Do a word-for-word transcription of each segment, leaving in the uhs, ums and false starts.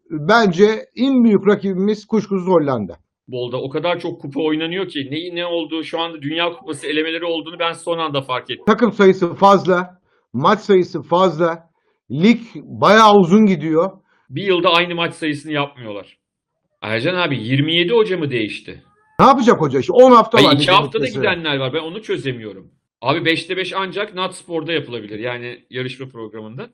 bence en büyük rakibimiz kuşkusuz Hollanda. Futbolda o kadar çok kupa oynanıyor ki neyi ne olduğu şu anda Dünya Kupası elemeleri olduğunu ben son anda fark ettim. Takım sayısı fazla, maç sayısı fazla, lig bayağı uzun gidiyor. Bir yılda aynı maç sayısını yapmıyorlar. Ercan abi yirmi yedi hoca mı değişti? Ne yapacak hoca? İşte on hafta Ay var iki ligin haftada bitmesine. gidenler var. Ben onu çözemiyorum. Abi beşte beş ancak Natspor'da yapılabilir. Yani yarışma programında.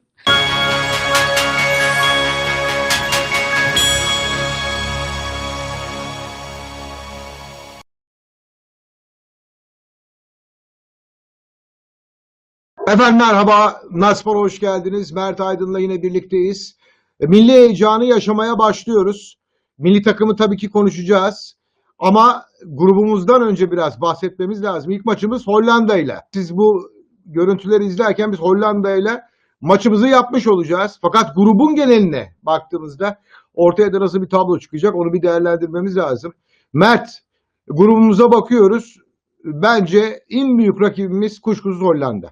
Efendim merhaba, Naspor'a hoş geldiniz. Mert Aydın'la yine birlikteyiz. E, Milli heyecanı yaşamaya başlıyoruz. Milli takımı tabii ki konuşacağız. Ama grubumuzdan önce biraz bahsetmemiz lazım. İlk maçımız Hollanda ile. Siz bu görüntüleri izlerken biz Hollanda ile maçımızı yapmış olacağız. Fakat grubun geneline baktığımızda ortaya da nasıl bir tablo çıkacak onu bir değerlendirmemiz lazım. Mert, grubumuza bakıyoruz. Bence en büyük rakibimiz kuşkusuz Hollanda.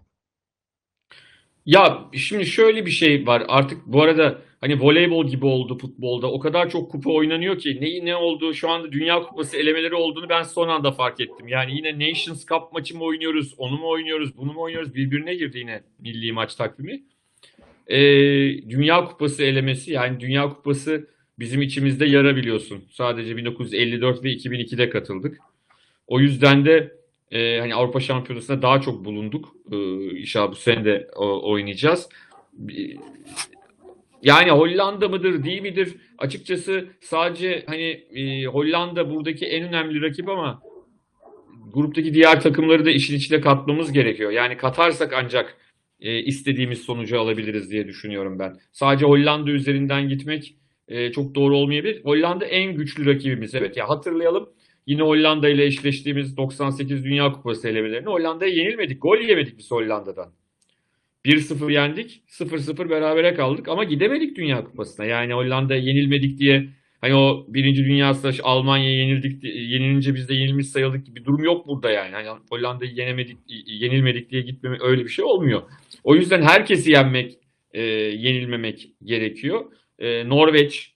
Ya şimdi şöyle bir şey var. Artık bu arada hani voleybol gibi oldu futbolda. O kadar çok kupa oynanıyor ki neyi ne olduğu şu anda Dünya Kupası elemeleri olduğunu ben son anda fark ettim. Yani yine Nations Cup maçı mı oynuyoruz, onu mu oynuyoruz, bunu mu oynuyoruz? Birbirine girdi yine milli maç takvimi. Ee, Dünya Kupası elemesi yani Dünya Kupası bizim içimizde yara biliyorsun. Sadece bin dokuz yüz elli dört ve iki bin ikide katıldık. O yüzden de e, hani Avrupa Şampiyonası'nda daha çok bulunduk. E, inşallah bu sene de o, oynayacağız. Yani Hollanda mıdır, değil midir? Açıkçası sadece hani e, Hollanda buradaki en önemli rakip ama gruptaki diğer takımları da işin içine katmamız gerekiyor. Yani katarsak ancak e, istediğimiz sonucu alabiliriz diye düşünüyorum ben. Sadece Hollanda üzerinden gitmek e, çok doğru olmayabilir. Hollanda en güçlü rakibimiz. Evet ya hatırlayalım. Yine Hollanda ile eşleştiğimiz doksan sekiz Dünya Kupası elemelerini Hollanda'ya yenilmedik. Gol yemedik biz Hollanda'dan. bir sıfır yendik. sıfır sıfır berabere kaldık ama gidemedik Dünya Kupası'na. Yani Hollanda'ya yenilmedik diye hani o Birinci Dünya Savaşı Almanya'ya yenildik yenilince biz de yenilmiş sayıldık gibi bir durum yok burada yani. Hani Hollanda'yı yenemedik yenilmedik diye gitmeme öyle bir şey olmuyor. O yüzden herkesi yenmek e, yenilmemek gerekiyor. E, Norveç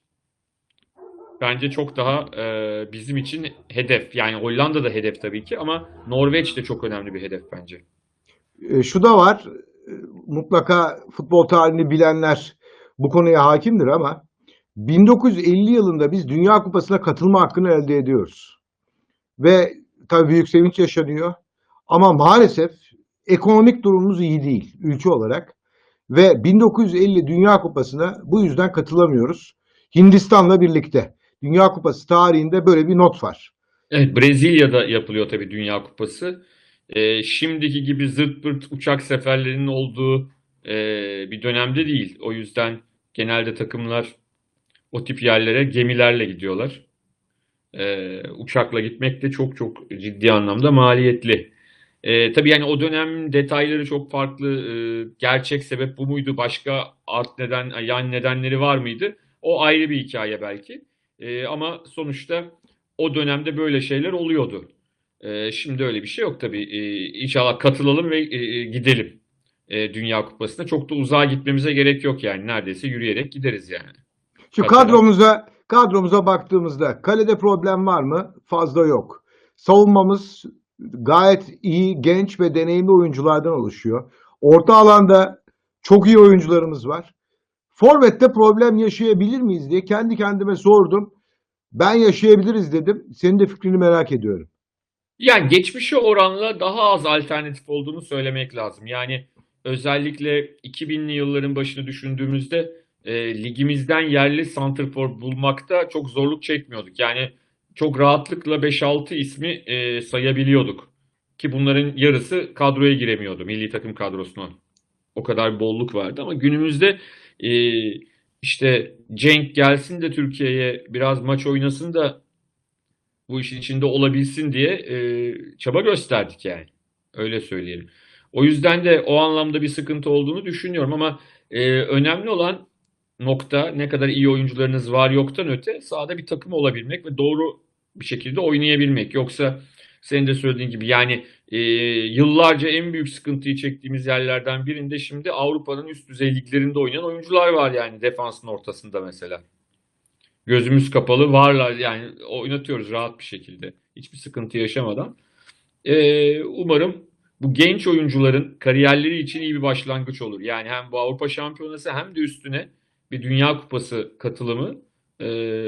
bence çok daha e, bizim için hedef. Yani Hollanda da hedef tabii ki ama Norveç de çok önemli bir hedef bence. E, şu da var, e, mutlaka futbol tarihini bilenler bu konuya hakimdir ama bin dokuz yüz elli yılında biz Dünya Kupası'na katılma hakkını elde ediyoruz. Ve tabii büyük sevinç yaşanıyor. Ama maalesef ekonomik durumumuz iyi değil ülke olarak. Ve bin dokuz yüz elli Dünya Kupası'na bu yüzden katılamıyoruz. Hindistan'la birlikte. Dünya Kupası tarihinde böyle bir not var. Evet, Brezilya'da yapılıyor tabii Dünya Kupası. Ee, şimdiki gibi zırt pırt uçak seferlerinin olduğu e, bir dönemde değil. O yüzden genelde takımlar o tip yerlere gemilerle gidiyorlar. Ee, uçakla gitmek de çok çok ciddi anlamda maliyetli. Ee, tabii yani o dönem detayları çok farklı. Ee, gerçek sebep bu muydu? Başka art neden, yan nedenleri var mıydı? O ayrı bir hikaye belki. Ee, ama sonuçta o dönemde böyle şeyler oluyordu. Ee, şimdi öyle bir şey yok tabii. Ee, İnşallah katılalım ve e, gidelim e, Dünya Kupası'na. Çok da uzağa gitmemize gerek yok yani. Neredeyse yürüyerek gideriz yani. Şu Katar'a. kadromuza kadromuza baktığımızda kalede problem var mı? Fazla yok. Savunmamız gayet iyi, genç ve deneyimli oyunculardan oluşuyor. Orta alanda çok iyi oyuncularımız var. Forvet'te problem yaşayabilir miyiz diye kendi kendime sordum. Ben yaşayabiliriz dedim. Senin de fikrini merak ediyorum. Yani geçmişe oranla daha az alternatif olduğunu söylemek lazım. Yani özellikle iki binli yılların başını düşündüğümüzde e, ligimizden yerli santrfor bulmakta çok zorluk çekmiyorduk. Yani çok rahatlıkla beş altı ismi e, sayabiliyorduk. Ki bunların yarısı kadroya giremiyordu milli takım kadrosuna. O kadar bolluk vardı ama günümüzde e, işte Cenk gelsin de Türkiye'ye biraz maç oynasın da bu işin içinde olabilsin diye e, çaba gösterdik yani. Öyle söyleyelim. O yüzden de o anlamda bir sıkıntı olduğunu düşünüyorum ama e, önemli olan nokta ne kadar iyi oyuncularınız var yoktan öte sahada bir takım olabilmek ve doğru bir şekilde oynayabilmek. Yoksa senin de söylediğin gibi yani e, yıllarca en büyük sıkıntıyı çektiğimiz yerlerden birinde şimdi Avrupa'nın üst düzey liglerinde oynayan oyuncular var yani defansın ortasında mesela. Gözümüz kapalı varlar yani oynatıyoruz rahat bir şekilde. Hiçbir sıkıntı yaşamadan. Ee, umarım bu genç oyuncuların kariyerleri için iyi bir başlangıç olur. Yani hem bu Avrupa Şampiyonası hem de üstüne bir Dünya Kupası katılımı e,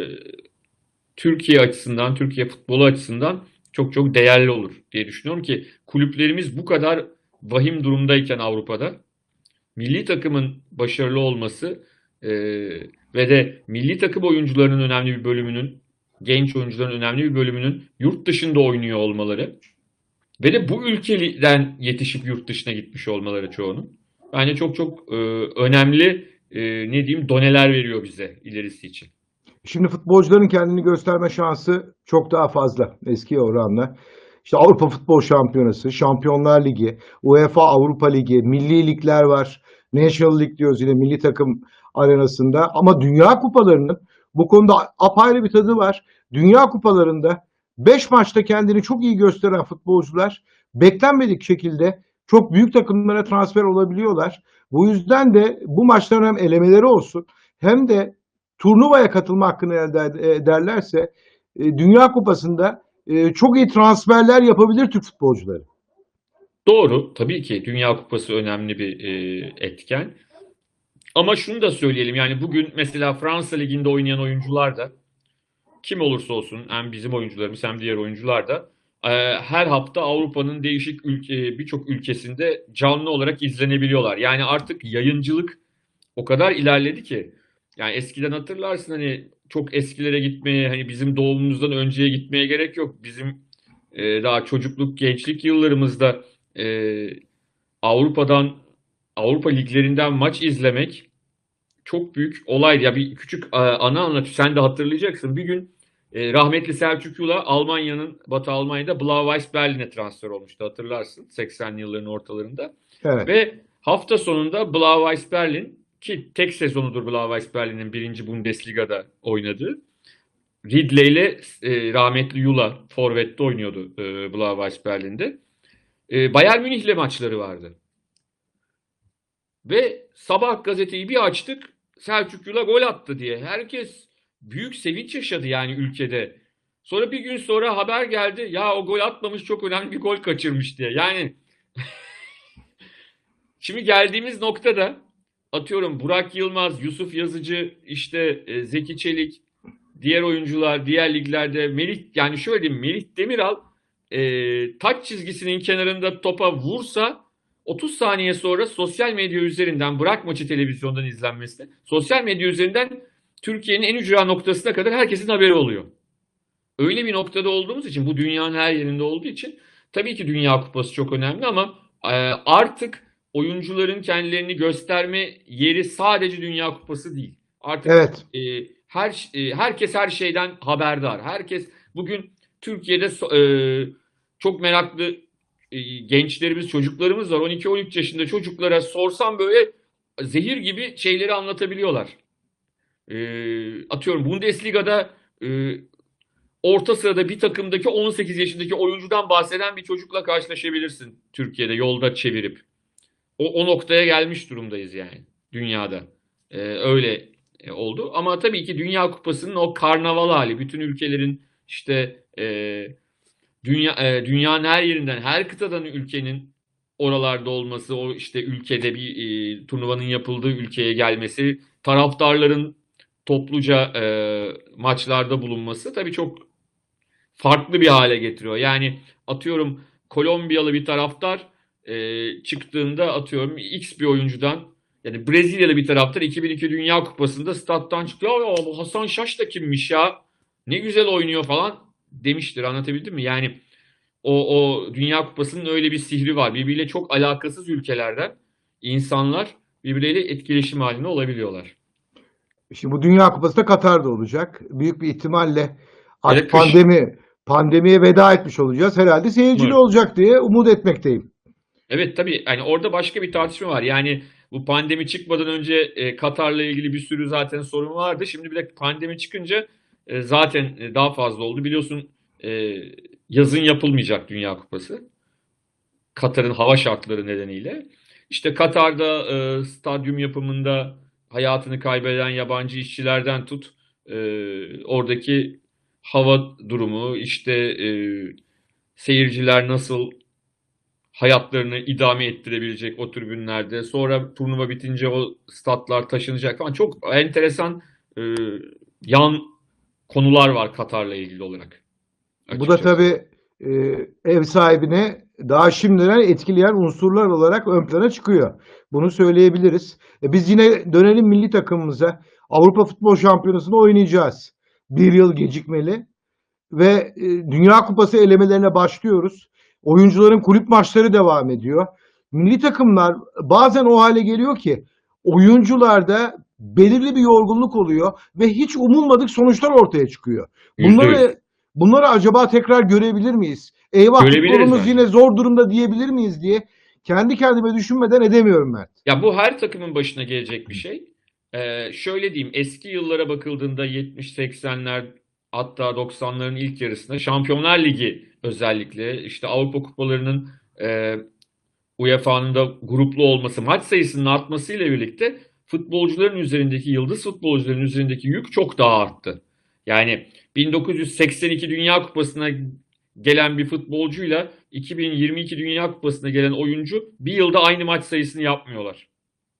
Türkiye açısından, Türkiye futbolu açısından çok çok değerli olur diye düşünüyorum ki kulüplerimiz bu kadar vahim durumdayken Avrupa'da milli takımın başarılı olması e, ve de milli takım oyuncularının önemli bir bölümünün, genç oyuncuların önemli bir bölümünün yurt dışında oynuyor olmaları ve de bu ülkeden yetişip yurt dışına gitmiş olmaları çoğunun. Bence çok çok e, önemli e, ne diyeyim doneler veriyor bize ilerisi için. Şimdi futbolcuların kendini gösterme şansı çok daha fazla eskiye oranla. İşte Avrupa Futbol Şampiyonası, Şampiyonlar Ligi, UEFA Avrupa Ligi, milli ligler var. National League diyoruz yine milli takım arenasında. Ama Dünya Kupalarının bu konuda apayrı bir tadı var. Dünya Kupalarında beş maçta kendini çok iyi gösteren futbolcular beklenmedik şekilde çok büyük takımlara transfer olabiliyorlar. Bu yüzden de bu maçların hem elemeleri olsun hem de turnuvaya katılma hakkını elde ederlerse e, Dünya Kupası'nda e, çok iyi transferler yapabilir Türk futbolcuları. Doğru, tabii ki Dünya Kupası önemli bir e, etken. Ama şunu da söyleyelim yani bugün mesela Fransa Ligi'nde oynayan oyuncular da kim olursa olsun hem bizim oyuncularımız hem diğer oyuncular da e, her hafta Avrupa'nın değişik ülke, birçok ülkesinde canlı olarak izlenebiliyorlar. Yani artık yayıncılık o kadar ilerledi ki yani eskiden hatırlarsın hani çok eskilere gitmeye hani bizim doğumumuzdan önceye gitmeye gerek yok. Bizim e, daha çocukluk gençlik yıllarımızda e, Avrupa'dan Avrupa liglerinden maç izlemek çok büyük olaydı. Ya bir küçük e, ana anlatı sen de hatırlayacaksın. Bir gün e, rahmetli Selçuk Yula Almanya'nın Batı Almanya'da Blau-Weiß Berlin'e transfer olmuştu hatırlarsın seksenli yılların ortalarında. Evet. Ve hafta sonunda Blau-Weiß Berlin ki tek sezonudur Blau-Weiß Berlin'in birinci Bundesliga'da oynadığı. Ridley ile e, rahmetli Yula forvette oynuyordu e, Blau-Weiß Berlin'de. E, Bayern Münih'le maçları vardı. Ve sabah gazeteyi bir açtık. Selçuk Yula gol attı diye. Herkes büyük sevinç yaşadı yani ülkede. Sonra bir gün sonra haber geldi. Ya o gol atmamış çok önemli bir gol kaçırmış diye. Yani şimdi geldiğimiz noktada atıyorum Burak Yılmaz, Yusuf Yazıcı, işte e, Zeki Çelik, diğer oyuncular, diğer liglerde Melih yani şöyle diyeyim Melih Demiral e, taç çizgisinin kenarında topa vursa otuz saniye sonra sosyal medya üzerinden bırak maçı televizyondan izlenmesine sosyal medya üzerinden Türkiye'nin en ücra noktasına kadar herkesin haberi oluyor. Öyle bir noktada olduğumuz için bu dünyanın her yerinde olduğu için tabii ki Dünya Kupası çok önemli ama e, artık oyuncuların kendilerini gösterme yeri sadece Dünya Kupası değil. Artık Evet. e, her e, herkes her şeyden haberdar. Herkes bugün Türkiye'de e, çok meraklı e, gençlerimiz, çocuklarımız var. on iki on üç yaşında çocuklara sorsam böyle zehir gibi şeyleri anlatabiliyorlar. E, atıyorum Bundesliga'da e, orta sırada bir takımdaki on sekiz yaşındaki oyuncudan bahseden bir çocukla karşılaşabilirsin Türkiye'de yolda çevirip. O, o noktaya gelmiş durumdayız yani dünyada. Ee, öyle e, oldu. Ama tabii ki Dünya Kupası'nın o karnaval hali. Bütün ülkelerin işte e, dünya e, dünyanın her yerinden, her kıtadan ülkenin oralarda olması, o işte ülkede bir e, turnuvanın yapıldığı ülkeye gelmesi, taraftarların topluca e, maçlarda bulunması tabii çok farklı bir hale getiriyor. Yani atıyorum Kolombiyalı bir taraftar e, çıktığında atıyorum X bir oyuncudan yani Brezilyalı bir taraftar iki bin iki Dünya Kupası'nda stat'tan çıktı. Ya, ya bu Hasan Şaş da kimmiş ya? Ne güzel oynuyor falan demiştir. Anlatabildim mi? Yani o, o Dünya Kupası'nın öyle bir sihri var. Birbiriyle çok alakasız ülkelerden insanlar birbirleriyle etkileşim halinde olabiliyorlar. Şimdi bu Dünya Kupası da Katar'da olacak. Büyük bir ihtimalle Ya da artık kış. pandemi pandemiye veda etmiş olacağız. Herhalde seyircili Evet. olacak diye umut etmekteyim. Evet tabii yani orada başka bir tartışma var. Yani bu pandemi çıkmadan önce e, Katar'la ilgili bir sürü zaten sorun vardı. Şimdi bir de pandemi çıkınca e, zaten e, daha fazla oldu. Biliyorsun e, yazın yapılmayacak Dünya Kupası. Katar'ın hava şartları nedeniyle. İşte Katar'da e, stadyum yapımında hayatını kaybeden yabancı işçilerden tut. e, oradaki hava durumu, işte e, seyirciler nasıl hayatlarını idame ettirebilecek o tribünlerde. Sonra turnuva bitince o statlar taşınacak falan. Çok enteresan e, yan konular var Katar'la ilgili olarak Bu da açıkçası. tabii e, ev sahibini daha şimdiden etkileyen unsurlar olarak ön plana çıkıyor. Bunu söyleyebiliriz. E, biz yine dönelim milli takımımıza. Avrupa Futbol Şampiyonası'nda oynayacağız. Bir yıl gecikmeli ve e, Dünya Kupası elemelerine başlıyoruz. Oyuncuların kulüp maçları devam ediyor. Milli takımlar bazen o hale geliyor ki oyuncularda belirli bir yorgunluk oluyor ve hiç umulmadık sonuçlar ortaya çıkıyor. Yüzde yüz. Bunları bunları acaba tekrar görebilir miyiz? Eyvah, Görebiliriz futbolumuz bence. yine zor durumda diyebilir miyiz diye kendi kendime düşünmeden edemiyorum ben. Ya bu her takımın başına gelecek bir şey. Ee, şöyle diyeyim, eski yıllara bakıldığında yetmiş seksenler, hatta doksanların ilk yarısında Şampiyonlar Ligi özellikle işte Avrupa kupalarının e, U E F A'nın da gruplu olması, maç sayısının artmasıyla birlikte futbolcuların üzerindeki, yıldız futbolcuların üzerindeki yük çok daha arttı. Yani bin dokuz yüz seksen iki Dünya Kupası'na gelen bir futbolcuyla iki bin yirmi iki Dünya Kupası'na gelen oyuncu bir yılda aynı maç sayısını yapmıyorlar.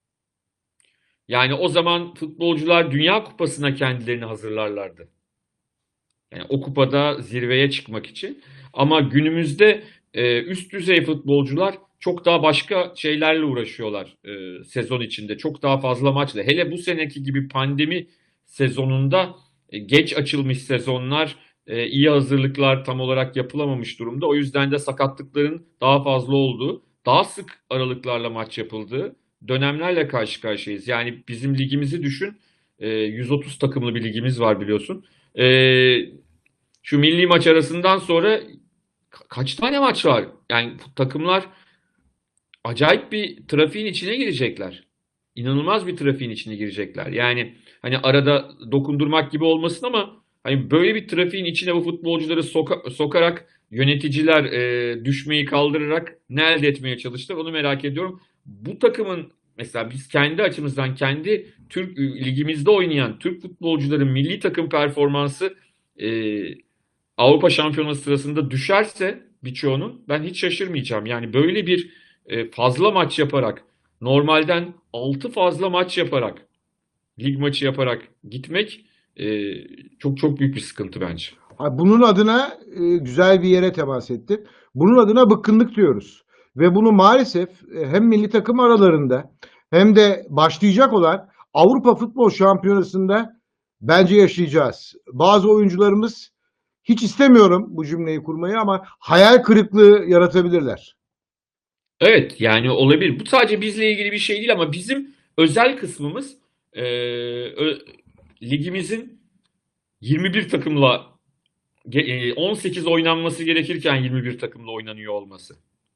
Yani o zaman futbolcular Dünya Kupası'na kendilerini hazırlarlardı. Yani o kupada zirveye çıkmak için. Ama günümüzde e, üst düzey futbolcular çok daha başka şeylerle uğraşıyorlar e, sezon içinde. Çok daha fazla maçla. Hele bu seneki gibi pandemi sezonunda e, geç açılmış sezonlar, e, iyi hazırlıklar tam olarak yapılamamış durumda. O yüzden de sakatlıkların daha fazla olduğu, daha sık aralıklarla maç yapıldığı dönemlerle karşı karşıyayız. Yani bizim ligimizi düşün. E, yüz otuz takımlı bir ligimiz var biliyorsun. E, Şu milli maç arasından sonra ka- kaç tane maç var? Yani bu takımlar acayip bir trafiğin içine girecekler. İnanılmaz bir trafiğin içine girecekler. Yani hani arada dokundurmak gibi olmasın ama hani böyle bir trafiğin içine bu futbolcuları soka- sokarak yöneticiler e, düşmeyi kaldırarak ne elde etmeye çalıştılar onu merak ediyorum. Bu takımın mesela biz kendi açımızdan kendi Türk ligimizde oynayan Türk futbolcuların milli takım performansı e, Avrupa Şampiyonası sırasında düşerse birçoğunun ben hiç şaşırmayacağım. Yani böyle bir e, fazla maç yaparak normalden altı fazla maç yaparak lig maçı yaparak gitmek e, çok çok büyük bir sıkıntı bence. Ha, bunun adına e, güzel bir yere temas ettin. Bunun adına bıkkınlık diyoruz. Ve bunu maalesef e, hem milli takım aralarında hem de başlayacak olan Avrupa Futbol Şampiyonası'nda bence yaşayacağız. Bazı oyuncularımız hiç istemiyorum bu cümleyi kurmayı ama hayal kırıklığı yaratabilirler. Evet yani olabilir. Bu sadece bizle ilgili bir şey değil ama bizim özel kısmımız e, ö- ligimizin yirmi bir takımla ge- e, on sekiz oynanması gerekirken yirmi bir takımla oynanıyor olması.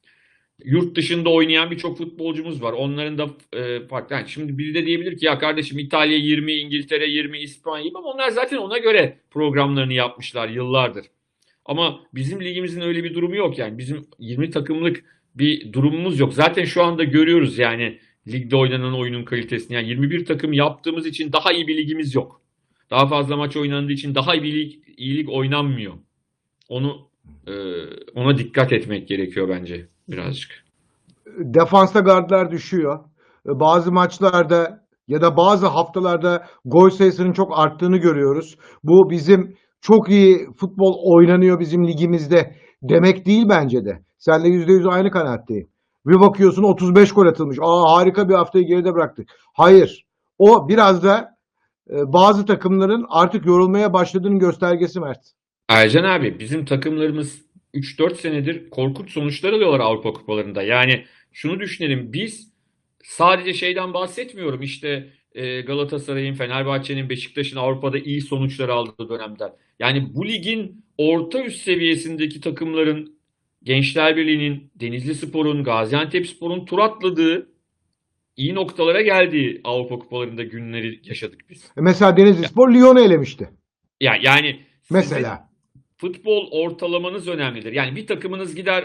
Yurt dışında oynayan birçok futbolcumuz var. Onların da e, farklı. Yani şimdi biri de diyebilir ki ya kardeşim İtalya yirmi, İngiltere yirmi, İspanya yirmi ama onlar zaten ona göre programlarını yapmışlar yıllardır. Ama bizim ligimizin öyle bir durumu yok yani. Bizim yirmi takımlık bir durumumuz yok. Zaten şu anda görüyoruz yani ligde oynanan oyunun kalitesini. Yani yirmi bir takım yaptığımız için daha iyi bir ligimiz yok. Daha fazla maç oynandığı için daha iyi bir lig, iyi lig oynanmıyor. Onu e, ona dikkat etmek gerekiyor bence birazcık. Defansta gardlar düşüyor. E, Bazı maçlarda ya da bazı haftalarda gol sayısının çok arttığını görüyoruz. Bu bizim çok iyi futbol oynanıyor bizim ligimizde demek değil bence de. Seninle yüzde yüz aynı kanaatteyim. Bir bakıyorsun otuz beş gol atılmış. Aa, harika bir haftayı geride bıraktık. Hayır. O biraz da e, bazı takımların artık yorulmaya başladığının göstergesi Mert. Ercan abi bizim takımlarımız üç dört senedir korkunç sonuçlar alıyorlar Avrupa kupalarında. Yani şunu düşünelim biz sadece şeyden bahsetmiyorum işte e, Galatasaray'ın, Fenerbahçe'nin, Beşiktaş'ın Avrupa'da iyi sonuçlar aldığı dönemden. Yani bu ligin orta üst seviyesindeki takımların Gençler Birliği'nin, Denizlispor'un, Gaziantepspor'un tur atladığı iyi noktalara geldiği Avrupa kupalarında günleri yaşadık biz. E, mesela Ya, Denizlispor Lyon'u elemişti. ya yani sizin Mesela. futbol ortalamanız önemlidir. Yani bir takımınız gider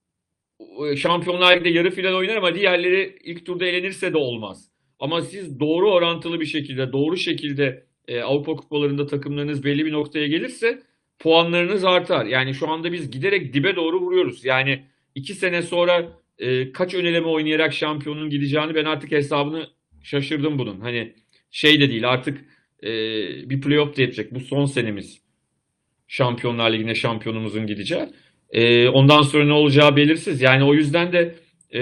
e, Şampiyonlar Ligi'nde yarı final oynar ama diğerleri ilk turda elenirse de olmaz. Ama siz doğru orantılı bir şekilde, doğru şekilde e, Avrupa kupalarında takımlarınız belli bir noktaya gelirse puanlarınız artar. Yani şu anda biz giderek dibe doğru vuruyoruz. Yani iki sene sonra e, kaç ön eleme oynayarak şampiyonun gideceğini ben artık hesabını şaşırdım bunun. Hani şey de değil artık, e, bir playoff da yapacak. Bu son senemiz. Şampiyonlar Ligi'ne şampiyonumuzun gideceği. E, ondan sonra ne olacağı belirsiz. Yani o yüzden de e,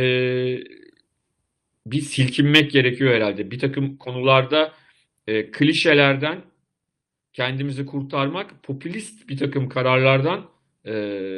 bir silkinmek gerekiyor herhalde. Bir takım konularda e, klişelerden kendimizi kurtarmak, popülist bir takım kararlardan e,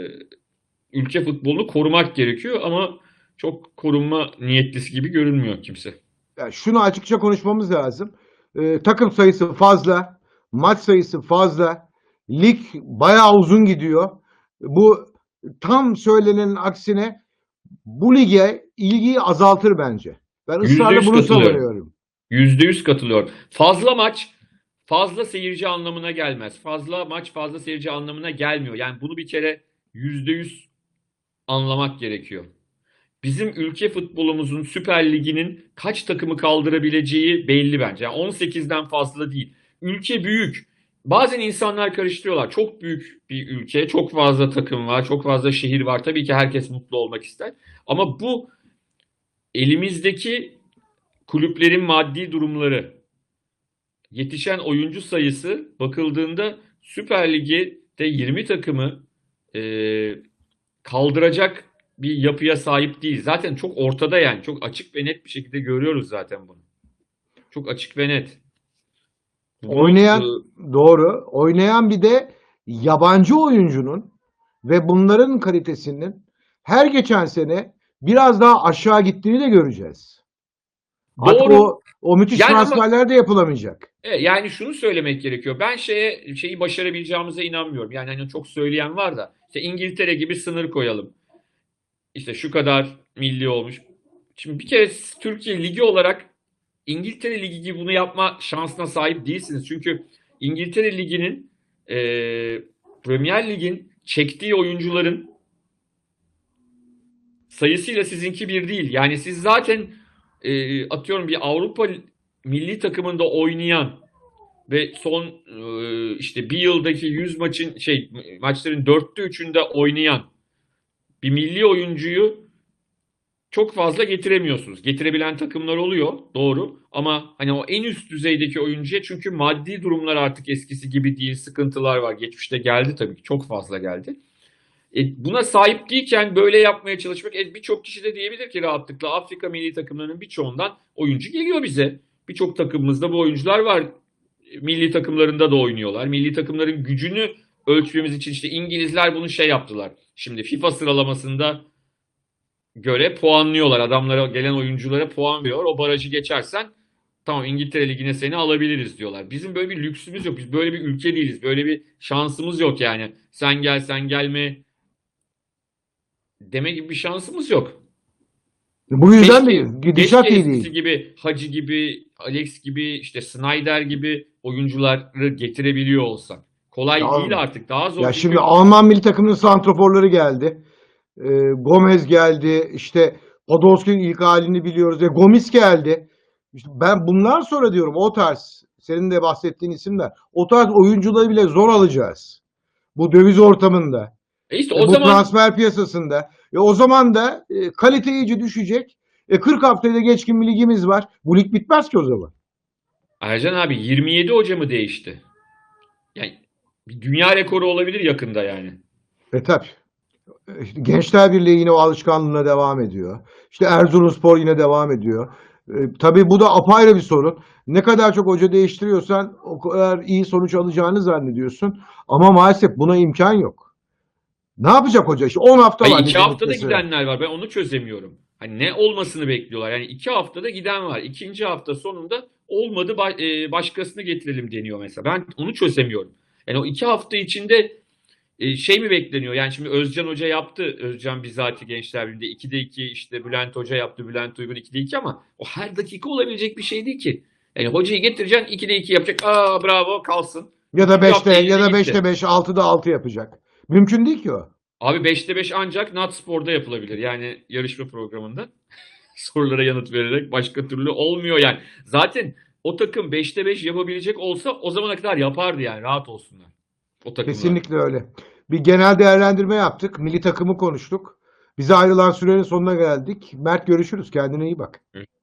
ülke futbolunu korumak gerekiyor ama çok korunma niyetlisi gibi görünmüyor kimse. Yani şunu açıkça konuşmamız lazım. Ee, takım sayısı fazla, maç sayısı fazla, lig bayağı uzun gidiyor. Bu tam söylenenin aksine bu lige ilgiyi azaltır bence. Ben Yüzde ısrarla yüz bunu katılıyorum. savunuyorum. Yüzde yüz katılıyorum. Fazla maç fazla seyirci anlamına gelmez. Fazla maç fazla seyirci anlamına gelmiyor. Yani bunu bir kere yüzde yüz anlamak gerekiyor. Bizim ülke futbolumuzun Süper Ligi'nin kaç takımı kaldırabileceği belli bence. Yani on sekizden fazla değil. Ülke büyük. Bazen insanlar karıştırıyorlar. Çok büyük bir ülke, çok fazla takım var, çok fazla şehir var. Tabii ki herkes mutlu olmak ister. Ama bu elimizdeki kulüplerin maddi durumları, yetişen oyuncu sayısı bakıldığında Süper Lig'de yirmi takımı e, kaldıracak bir yapıya sahip değil. Zaten çok ortada yani. Çok açık ve net bir şekilde görüyoruz zaten bunu. Çok açık ve net. Bunu e, Oynayan doğru. Oynayan bir de yabancı oyuncunun ve bunların kalitesinin her geçen sene biraz daha aşağı gittiğini de göreceğiz. Artık doğru. o o müthiş Yani ama transferler de yapılamayacak. e, yani şunu söylemek gerekiyor. Ben şeye şeyi başarabileceğimize inanmıyorum. Yani hani çok söyleyen var da işte İngiltere gibi sınır koyalım. İşte şu kadar milli olmuş. Şimdi bir kere Türkiye Ligi olarak İngiltere Ligi gibi bunu yapma şansına sahip değilsiniz. Çünkü İngiltere Ligi'nin e, Premier Lig'in çektiği oyuncuların sayısıyla sizinki bir değil. Yani siz zaten e, atıyorum bir Avrupa milli takımında oynayan ve son e, işte bir yıldaki yüz maçın şey maçların dörtte üçünde oynayan bir milli oyuncuyu çok fazla getiremiyorsunuz. Getirebilen takımlar oluyor, doğru. Ama hani o en üst düzeydeki oyuncuya, çünkü maddi durumlar artık eskisi gibi değil, sıkıntılar var. Geçmişte geldi tabii ki, çok fazla geldi. E, buna sahip değilken böyle yapmaya çalışmak, e, birçok kişi de diyebilir ki rahatlıkla Afrika milli takımlarının birçoğundan oyuncu geliyor bize. Birçok takımımızda bu oyuncular var. E, Milli takımlarında da oynuyorlar. Milli takımların gücünü ölçmemiz için işte İngilizler bunu şey yaptılar. Şimdi FIFA sıralamasında göre puanlıyorlar. Adamlara, gelen oyunculara puan veriyor. O barajı geçersen tamam İngiltere Ligi'ne seni alabiliriz diyorlar. Bizim böyle bir lüksümüz yok. Biz böyle bir ülke değiliz. Böyle bir şansımız yok yani. Sen gel sen gelme deme gibi bir şansımız yok. Bu yüzden de Keşke keşke gidişat iyi eskisi değil. gibi Hacı gibi, Alex gibi, işte Snyder gibi oyuncuları getirebiliyor olsak. Kolay Ya, değil artık. Daha zor ya şimdi çünkü Alman milli takımının santraforları geldi. Ee, Gomez geldi. İşte Podolski'nin ilk halini biliyoruz. Ve Gomis geldi. İşte ben bundan sonra diyorum o tarz senin de bahsettiğin isimler. O tarz oyuncuları bile zor alacağız. Bu döviz ortamında. e işte o E, bu zaman transfer piyasasında. E, o zaman da e, kalite iyice düşecek. E, kırk haftayla geçkin bir ligimiz var. Bu lig bitmez ki o zaman. Ercan abi yirmi yedi hoca mı değişti? Yani bir dünya rekoru olabilir yakında yani. E tabii. İşte Gençler Birliği yine o alışkanlığına devam ediyor. İşte Erzurumspor yine devam ediyor. E, tabii bu da apayrı bir sorun. Ne kadar çok hoca değiştiriyorsan o kadar iyi sonuç alacağını zannediyorsun. Ama maalesef buna imkan yok. Ne yapacak hoca? İşte on hafta Hayır, var iki ligin haftada bitmesine. gidenler var. Ben onu çözemiyorum. Hani ne olmasını bekliyorlar. Yani iki haftada giden var. İkinci hafta sonunda olmadı ba- e, başkasını getirelim deniyor mesela. Ben onu çözemiyorum. Yani o iki hafta içinde e, şey mi bekleniyor? Yani şimdi Özcan Hoca yaptı. Özcan bizatihi Gençler Birliği'nde ikide iki, işte Bülent Hoca yaptı. Bülent Uygun ikide iki, ama o her dakika olabilecek bir şey değil ki. Yani hocayı getireceksin, ikide iki yapacak. Aa bravo, kalsın. Ya da Üçüncü beşte hafta ya yenide da beşte gitti. beş, altıda altı yapacak. Mümkün değil ki o. Abi beşte beş ancak Natspor'da yapılabilir. Yani yarışma programında sorulara yanıt vererek başka türlü olmuyor yani. Zaten o takım beşte beş yapabilecek olsa o zamana kadar yapardı yani, rahat olsunlar. O takımlar. Kesinlikle öyle. Bir genel değerlendirme yaptık. Milli takımı konuştuk. Bize ayrılan sürenin sonuna geldik. Mert görüşürüz. Kendine iyi bak.